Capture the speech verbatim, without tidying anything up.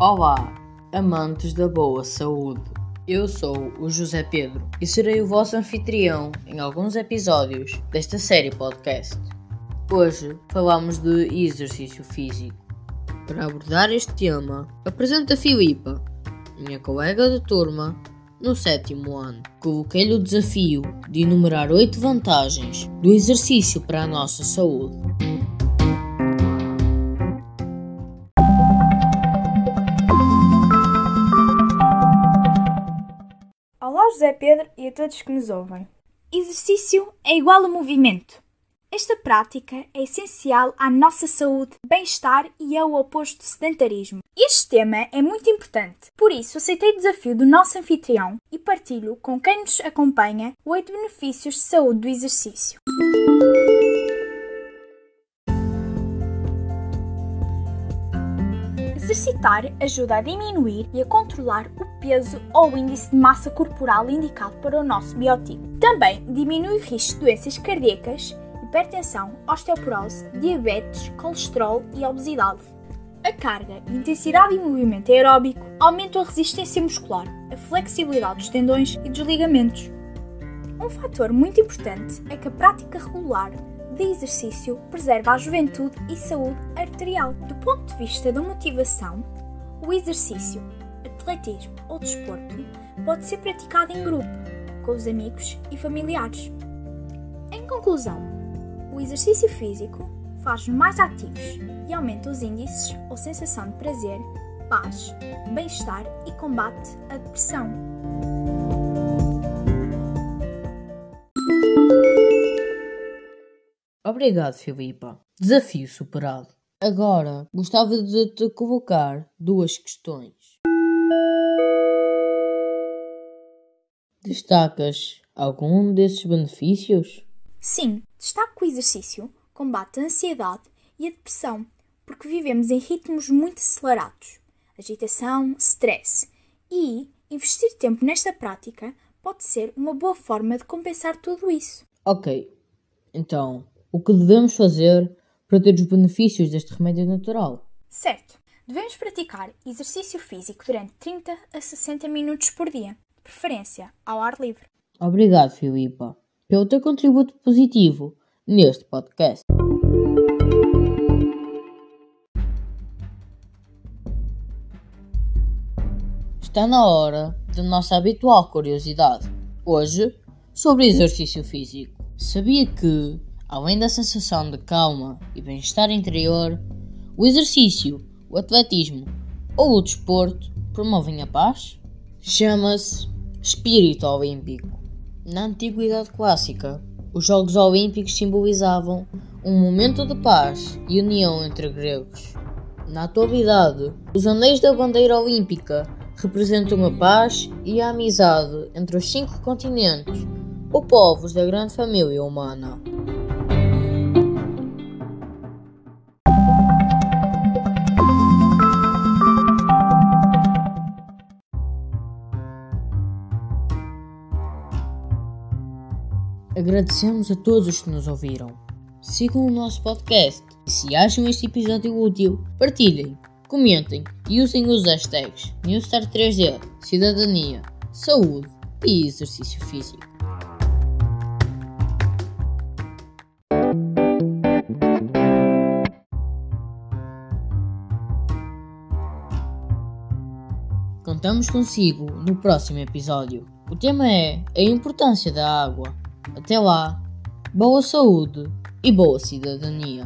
Olá, amantes da boa saúde. Eu sou o José Pedro e serei o vosso anfitrião em alguns episódios desta série podcast. Hoje falamos de exercício físico. Para abordar este tema, apresento a Filipa, minha colega de turma, no sétimo ano. Coloquei-lhe o desafio de enumerar oito vantagens do exercício para a nossa saúde. Olá José Pedro e a todos que nos ouvem. Exercício é igual a movimento. Esta prática é essencial à nossa saúde, bem-estar e é o oposto do sedentarismo. Este tema é muito importante, por isso aceitei o desafio do nosso anfitrião e partilho com quem nos acompanha oito benefícios de saúde do exercício. Exercitar ajuda a diminuir e a controlar o peso ou o índice de massa corporal indicado para o nosso biotipo. Também diminui o risco de doenças cardíacas, hipertensão, osteoporose, diabetes, colesterol e obesidade. A carga, intensidade e movimento aeróbico aumentam a resistência muscular, a flexibilidade dos tendões e dos ligamentos. Um fator muito importante é que a prática regular de exercício preserva a juventude e saúde arterial. Do ponto de vista da motivação, o exercício, atletismo ou desporto pode ser praticado em grupo, com os amigos e familiares. Em conclusão, o exercício físico faz-nos mais ativos e aumenta os índices ou sensação de prazer, paz, bem-estar e combate à depressão. Obrigado, Filipa. Desafio superado. Agora, gostava de te colocar duas questões. Destacas algum desses benefícios? Sim, destaco que o exercício combate a ansiedade e a depressão, porque vivemos em ritmos muito acelerados, agitação, stress, e investir tempo nesta prática pode ser uma boa forma de compensar tudo isso. Ok, então, o que devemos fazer para ter os benefícios deste remédio natural? Certo, devemos praticar exercício físico durante trinta a sessenta minutos por dia, de preferência ao ar livre. Obrigado, Filipa, pelo teu contributo positivo neste podcast. Está na hora da nossa habitual curiosidade. Hoje, sobre exercício físico. Sabia que, além da sensação de calma e bem-estar interior, o exercício, o atletismo ou o desporto promovem a paz? Chama-se espírito olímpico. Na antiguidade clássica, os Jogos Olímpicos simbolizavam um momento de paz e união entre gregos. Na atualidade, os anéis da bandeira olímpica representam a paz e a amizade entre os cinco continentes ou povos da grande família humana. Agradecemos a todos os que nos ouviram. Sigam o nosso podcast e, se acham este episódio útil, partilhem, comentem e usem os hashtags Newstar três D, Cidadania, Saúde e Exercício Físico. Contamos consigo no próximo episódio. O tema é a importância da água. Até lá, boa saúde e boa cidadania.